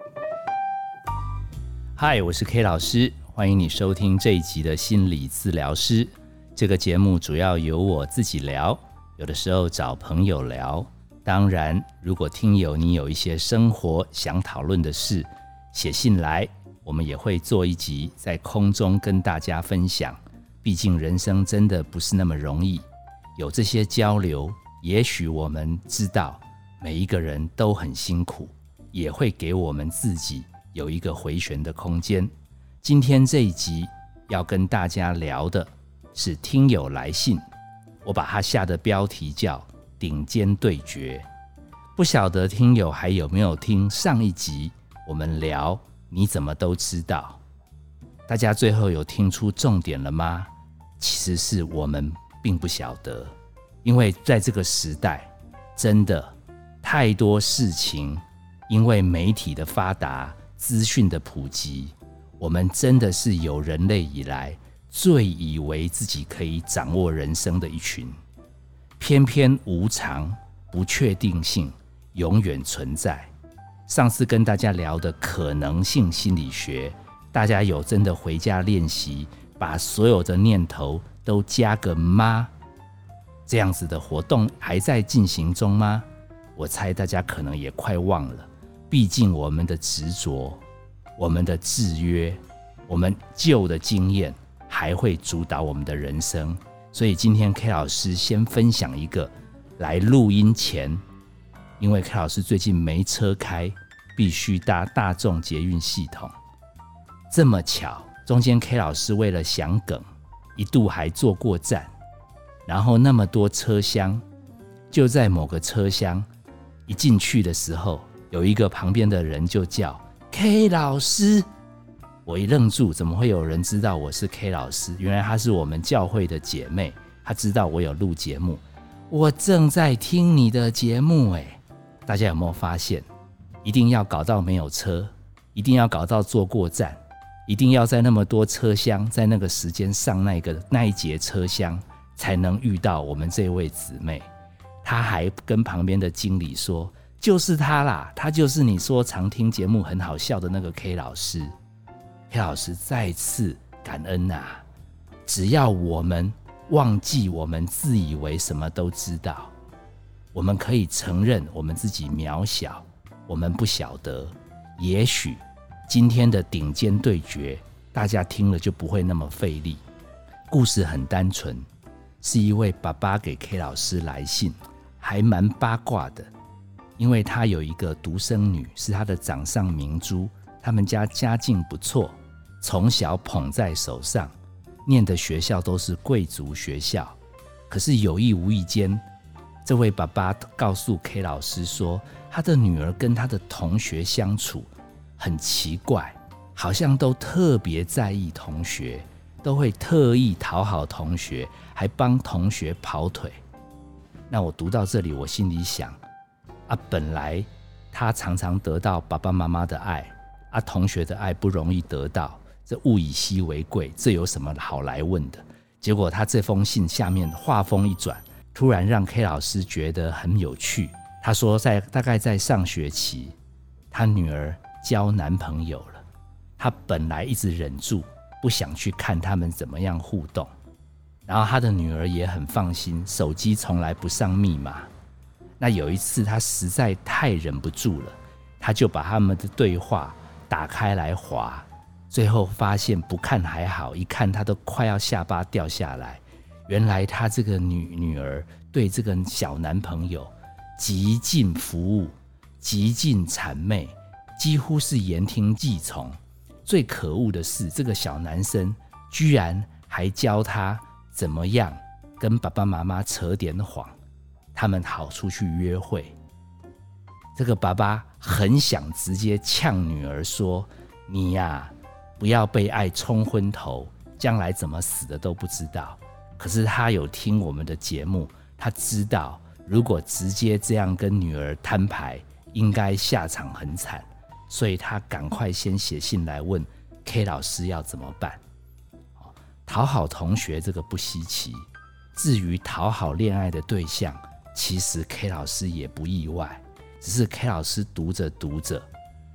嗨，我是 K 老师，欢迎你收听这一集的心理治疗师。这个节目主要由我自己聊，有的时候找朋友聊。当然，如果听友你有一些生活想讨论的事，写信来，我们也会做一集在空中跟大家分享。毕竟人生真的不是那么容易，有这些交流，也许我们知道每一个人都很辛苦，也会给我们自己有一个回旋的空间。今天这一集要跟大家聊的是听友来信，我把它下的标题叫顶尖对决。不晓得听友还有没有听上一集我们聊你怎么都知道，大家最后有听出重点了吗？其实是我们并不晓得，因为在这个时代真的太多事情，因为媒体的发达，资讯的普及，我们真的是有人类以来最以为自己可以掌握人生的一群，偏偏无常、不确定性永远存在。上次跟大家聊的可能性心理学，大家有真的回家练习，把所有的念头都加个吗？这样子的活动还在进行中吗？我猜大家可能也快忘了，毕竟我们的执着，我们的制约，我们旧的经验还会主导我们的人生。所以今天 K 老师先分享一个，来录音前，因为 K 老师最近没车开，必须搭大众捷运系统。这么巧，中间 K 老师为了想梗，一度还坐过站，然后那么多车厢，就在某个车厢一进去的时候，有一个旁边的人就叫 K 老师。我一愣住，怎么会有人知道我是 K 老师？原来她是我们教会的姐妹，她知道我有录节目。我正在听你的节目耶。大家有没有发现，一定要搞到没有车，一定要搞到坐过站，一定要在那么多车厢，在那个时间上那一节车厢，才能遇到我们这位姊妹。她还跟旁边的经理说，就是她啦，她就是你说常听节目很好笑的那个 K 老师。K 老师再次感恩啊！只要我们忘记我们自以为什么都知道，我们可以承认我们自己渺小，我们不晓得，也许今天的顶尖对决，大家听了就不会那么费力。故事很单纯，是一位爸爸给 K 老师来信，还蛮八卦的，因为他有一个独生女，是他的掌上明珠，他们家家境不错，从小捧在手上，念的学校都是贵族学校。可是有意无意间，这位爸爸告诉 K 老师说，他的女儿跟他的同学相处很奇怪，好像都特别在意同学，都会特意讨好同学，还帮同学跑腿。那我读到这里，我心里想啊，本来他常常得到爸爸妈妈的爱啊，同学的爱不容易得到，这物以稀为贵，这有什么好来问的？结果他这封信下面话锋一转，突然让 K 老师觉得很有趣。他说大概在上学期，他女儿交男朋友了，他本来一直忍住不想去看他们怎么样互动，然后他的女儿也很放心，手机从来不上密码。那有一次他实在太忍不住了，他就把他们的对话打开来滑，最后发现不看还好，一看他都快要下巴掉下来。原来他这个女儿对这个小男朋友极尽服务，极尽谄媚，几乎是言听计从。最可恶的是，这个小男生居然还教他怎么样跟爸爸妈妈扯点谎，他们好出去约会。这个爸爸很想直接呛女儿说，你呀，不要被爱冲昏头，将来怎么死的都不知道。可是他有听我们的节目，他知道如果直接这样跟女儿摊牌，应该下场很惨，所以他赶快先写信来问 K 老师要怎么办。讨好同学这个不稀奇，至于讨好恋爱的对象，其实 K 老师也不意外，只是 K 老师读着读着，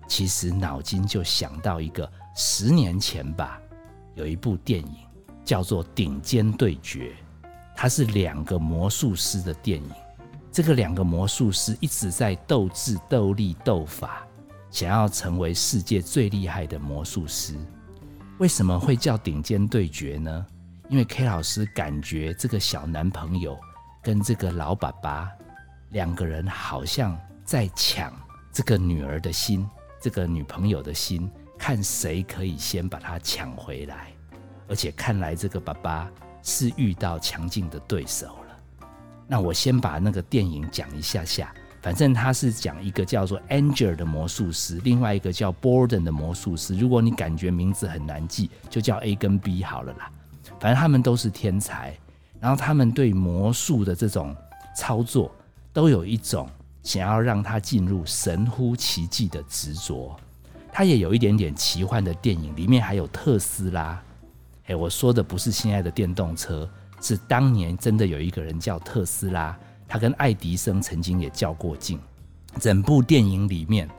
其实脑筋就想到一个10年前吧，有一部电影叫做《顶尖对决》，它是2个魔术师的电影。这个2个魔术师一直在斗智斗力斗法，想要成为世界最厉害的魔术师。为什么会叫顶尖对决呢？因为 K 老师感觉这个小男朋友跟这个老爸爸2个人好像在抢这个女儿的心，这个女朋友的心，看谁可以先把她抢回来。而且看来这个爸爸是遇到强劲的对手了。那我先把那个电影讲一下下，反正他是讲一个叫做 Angel 的魔术师，另外一个叫 Borden 的魔术师。如果你感觉名字很难记，就叫 A 跟 B 好了啦。反正他们都是天才，然后他们对魔术的这种操作都有一种想要让他进入神乎其技的执着。他也有一点点奇幻的电影，里面还有特斯拉。我说的不是现在的电动车，是当年真的有一个人叫特斯拉，他跟爱迪生曾经也较过劲。整部电影里面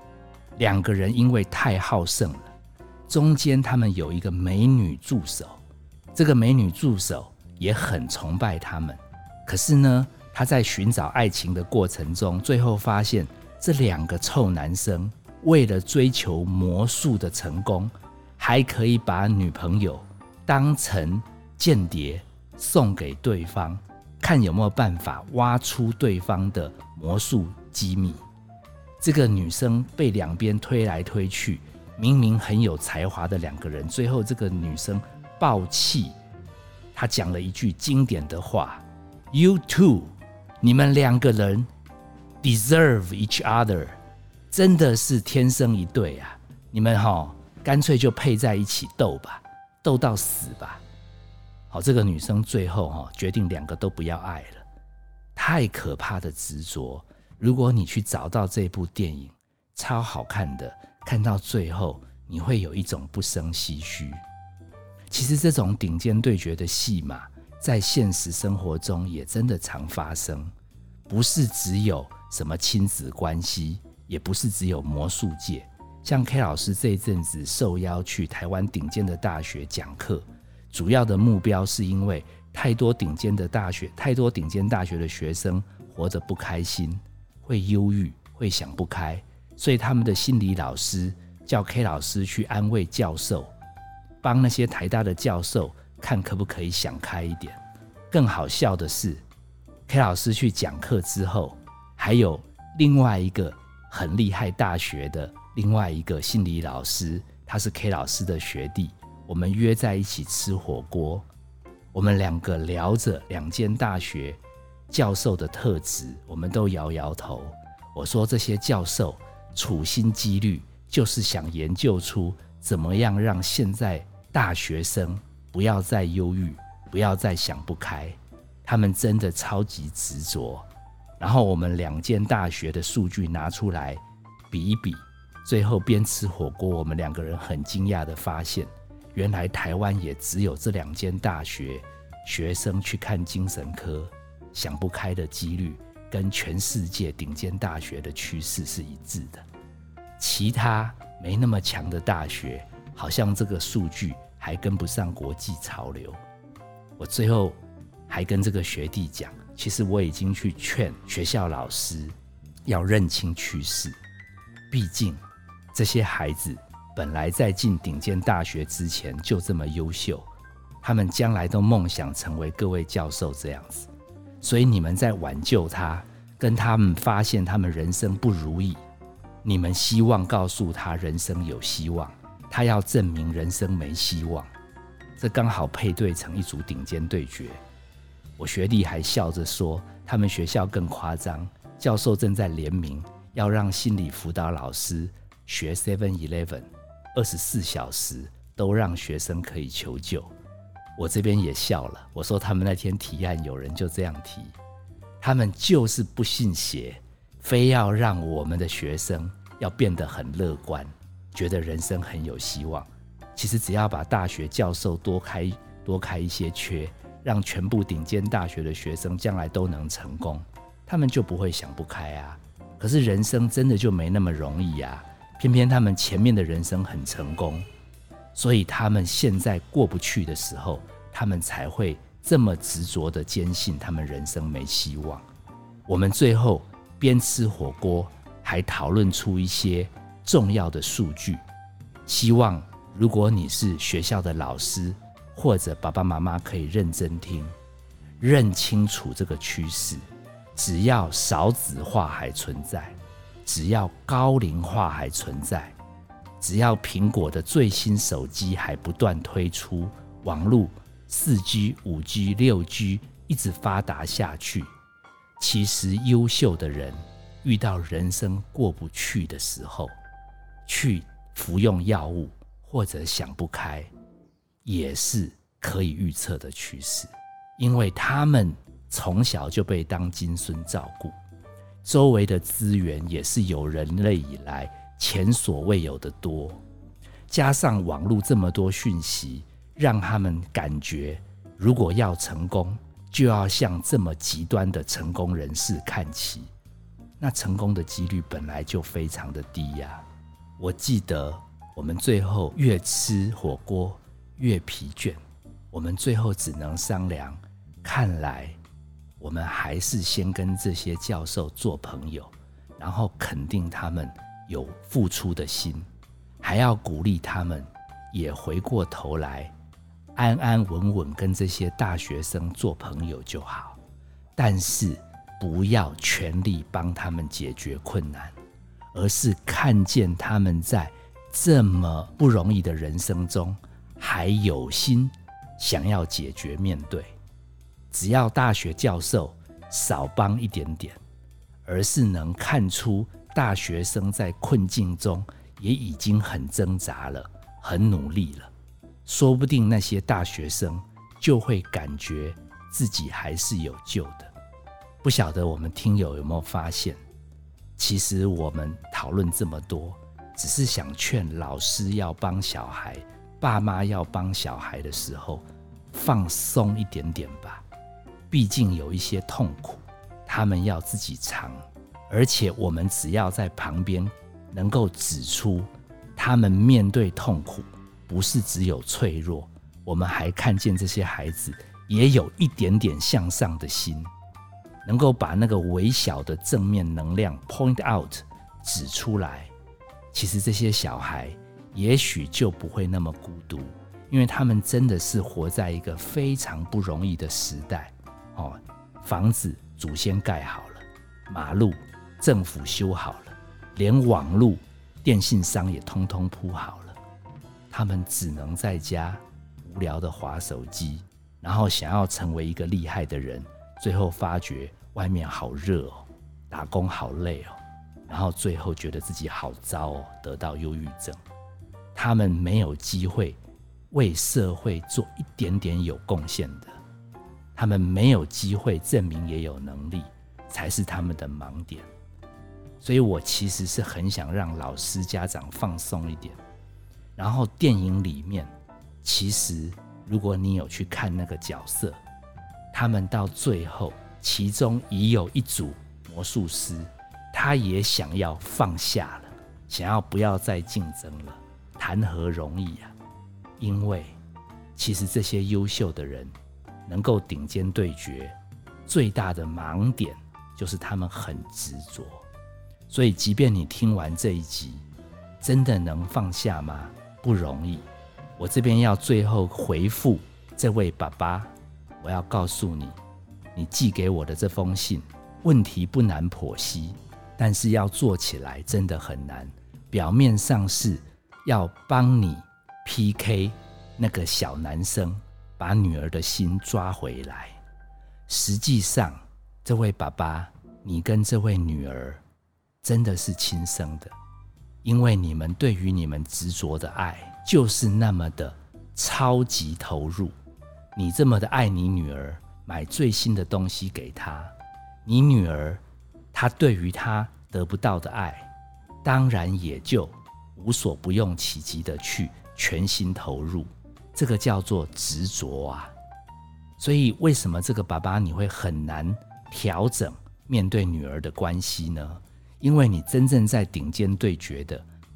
2个人因为太好胜了，中间他们有一个美女助手，这个美女助手也很崇拜他们。可是呢，他在寻找爱情的过程中，最后发现这2个臭男生为了追求魔术的成功，还可以把女朋友当成间谍送给对方，看有没有办法挖出对方的魔术机密。这个女生被2边推来推去，明明很有才华的2个人，最后这个女生爆气，她讲了一句经典的话 You two， 你们2个人 deserve each other， 真的是天生一对啊，你们干脆就配在一起斗吧，斗到死吧。好，这个女生最后决定2个都不要爱了。太可怕的执着，如果你去找到这部电影，超好看的，看到最后你会有一种不胜唏嘘。其实这种顶尖对决的戏码在现实生活中也真的常发生，不是只有什么亲子关系，也不是只有魔术界。像 K 老师这一阵子受邀去台湾顶尖的大学讲课，主要的目标是因为太多顶尖大学的学生活得不开心，会忧郁，会想不开，所以他们的心理老师叫 K 老师去安慰教授，帮那些台大的教授看可不可以想开一点。更好笑的是 K 老师去讲课之后，还有另外一个很厉害大学的另外一个心理老师，他是 K 老师的学弟，我们约在一起吃火锅，我们2个聊着2间大学教授的特质，我们都摇摇头。我说这些教授处心积虑就是想研究出怎么样让现在大学生不要再忧郁，不要再想不开，他们真的超级执着。然后我们2间大学的数据拿出来比一比，最后边吃火锅，我们2个人很惊讶的发现，原来台湾也只有这2间大学学生去看精神科想不开的几率跟全世界顶尖大学的趋势是一致的。其他没那么强的大学好像这个数据还跟不上国际潮流。我最后还跟这个学弟讲，其实我已经去劝学校老师要认清趋势，毕竟这些孩子本来在进顶尖大学之前就这么优秀，他们将来都梦想成为各位教授这样子，所以你们在挽救他，跟他们发现他们人生不如意，你们希望告诉他人生有希望，他要证明人生没希望，这刚好配对成一组顶尖对决。我学弟还笑着说，他们学校更夸张，教授正在联名要让心理辅导老师学 7-Eleven 24小时都让学生可以求救。我这边也笑了，我说他们那天提案有人就这样提，他们就是不信邪，非要让我们的学生要变得很乐观，觉得人生很有希望。其实只要把大学教授多开一些缺，让全部顶尖大学的学生将来都能成功，他们就不会想不开啊。可是人生真的就没那么容易啊， 偏偏他们前面的人生很成功，所以他们现在过不去的时候，他们才会这么执着的坚信他们人生没希望。我们最后边吃火锅还讨论出一些重要的数据，希望如果你是学校的老师或者爸爸妈妈可以认真听，认清楚这个趋势。只要少子化还存在，只要高龄化还存在，只要苹果的最新手机还不断推出，网络 4G、5G、6G 一直发达下去，其实优秀的人遇到人生过不去的时候，去服用药物或者想不开，也是可以预测的趋势，因为他们从小就被当金孙照顾，周围的资源也是有人类以来前所未有的多，加上网络这么多讯息，让他们感觉如果要成功，就要向这么极端的成功人士看齐，那成功的几率本来就非常的低呀。我记得我们最后越吃火锅越疲倦，我们最后只能商量，看来我们还是先跟这些教授做朋友，然后肯定他们有付出的心，还要鼓励他们也回过头来安安稳稳跟这些大学生做朋友就好，但是不要全力帮他们解决困难，而是看见他们在这么不容易的人生中还有心想要解决面对。只要大学教授少帮一点点，而是能看出大学生在困境中也已经很挣扎了，很努力了，说不定那些大学生就会感觉自己还是有救的。不晓得我们听友有没有发现，其实我们讨论这么多，只是想劝老师要帮小孩，爸妈要帮小孩的时候放松一点点吧。毕竟有一些痛苦他们要自己尝，而且我们只要在旁边能够指出他们面对痛苦不是只有脆弱，我们还看见这些孩子也有一点点向上的心，能够把那个微小的正面能量 point out 指出来，其实这些小孩也许就不会那么孤独，因为他们真的是活在一个非常不容易的时代。房子祖先盖好了，马路政府修好了，连网路电信商也通通铺好了，他们只能在家无聊的滑手机，然后想要成为一个厉害的人，最后发觉外面好热哦，打工好累哦，然后最后觉得自己好糟哦，得到忧郁症。他们没有机会为社会做一点点有贡献的，他们没有机会证明也有能力，才是他们的盲点。所以我其实是很想让老师家长放松一点。然后电影里面其实如果你有去看那个角色，他们到最后其中已有一组魔术师，他也想要放下了，想要不要再竞争了，谈何容易啊。因为其实这些优秀的人能够顶尖对决，最大的盲点就是他们很执着。所以即便你听完这一集，真的能放下吗？不容易。我这边要最后回复这位爸爸，我要告诉你，你寄给我的这封信，问题不难剖析，但是要做起来真的很难。表面上是要帮你 PK 那个小男生，把女儿的心抓回来，实际上这位爸爸，你跟这位女儿真的是亲生的，因为你们对于你们执着的爱就是那么的超级投入。你这么的爱你女儿，买最新的东西给她，你女儿她对于她得不到的爱，当然也就无所不用其极的去全心投入，这个叫做执着啊。所以为什么这个爸爸你会很难调整面对女儿的关系呢？因为你真正在顶尖对决的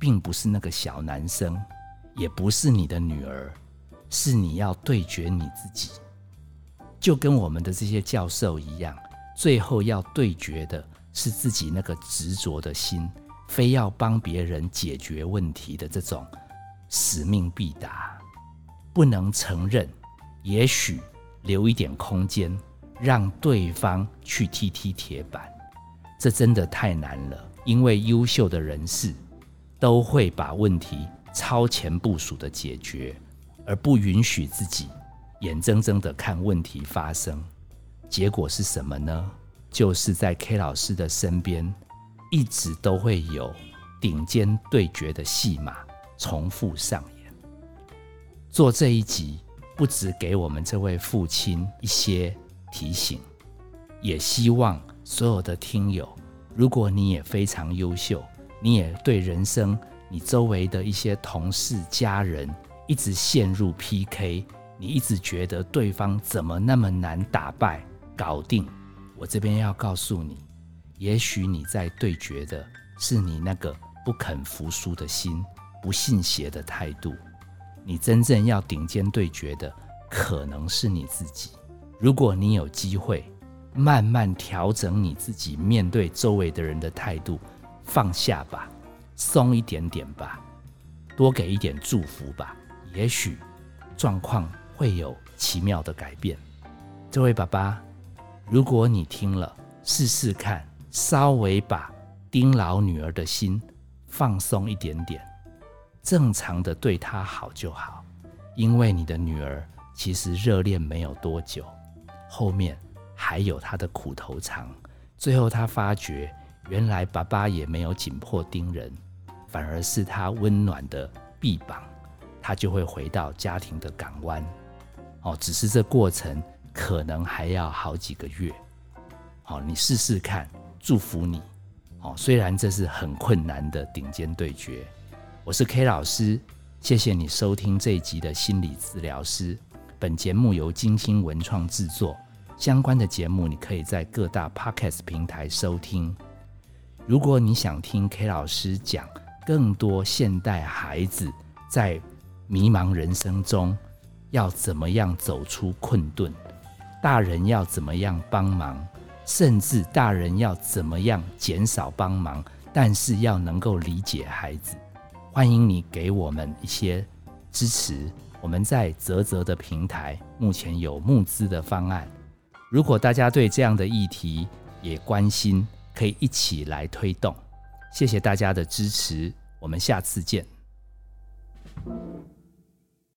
并不是那个小男生，也不是你的女儿，是你要对决你自己。就跟我们的这些教授一样，最后要对决的是自己那个执着的心，非要帮别人解决问题的这种使命必达。不能承认，也许留一点空间，让对方去踢铁板，这真的太难了。因为优秀的人士都会把问题超前部署的解决，而不允许自己眼睁睁的看问题发生。结果是什么呢？就是在 K 老师的身边，一直都会有顶尖对决的戏码重复上演。做这一集，不只给我们这位父亲一些提醒，也希望所有的听友，如果你也非常优秀，你也对人生，你周围的一些同事、家人一直陷入 PK， 你一直觉得对方怎么那么难打败、搞定，我这边要告诉你，也许你在对决的是你那个不肯服输的心，不信邪的态度。你真正要顶尖对决的，可能是你自己。如果你有机会慢慢调整你自己面对周围的人的态度，放下吧，松一点点吧，多给一点祝福吧，也许状况会有奇妙的改变。这位爸爸，如果你听了，试试看，稍微把盯牢女儿的心放松一点点，正常的对她好就好。因为你的女儿其实热恋没有多久，后面还有她的苦头尝。最后她发觉，原来爸爸也没有紧迫盯人，反而是她温暖的臂膀，她就会回到家庭的港湾。只是这过程可能还要好几个月。你试试看，祝福你。虽然这是很困难的顶尖对决。我是 K 老师，谢谢你收听这一集的心理治疗师。本节目由金星文创制作，相关的节目你可以在各大 Podcast 平台收听。如果你想听 K 老师讲更多现代孩子在迷茫人生中要怎么样走出困顿，大人要怎么样帮忙，甚至大人要怎么样减少帮忙，但是要能够理解孩子，欢迎你给我们一些支持。我们在嘖嘖的平台目前有募资的方案，如果大家对这样的议题也关心，可以一起来推动。谢谢大家的支持，我们下次见。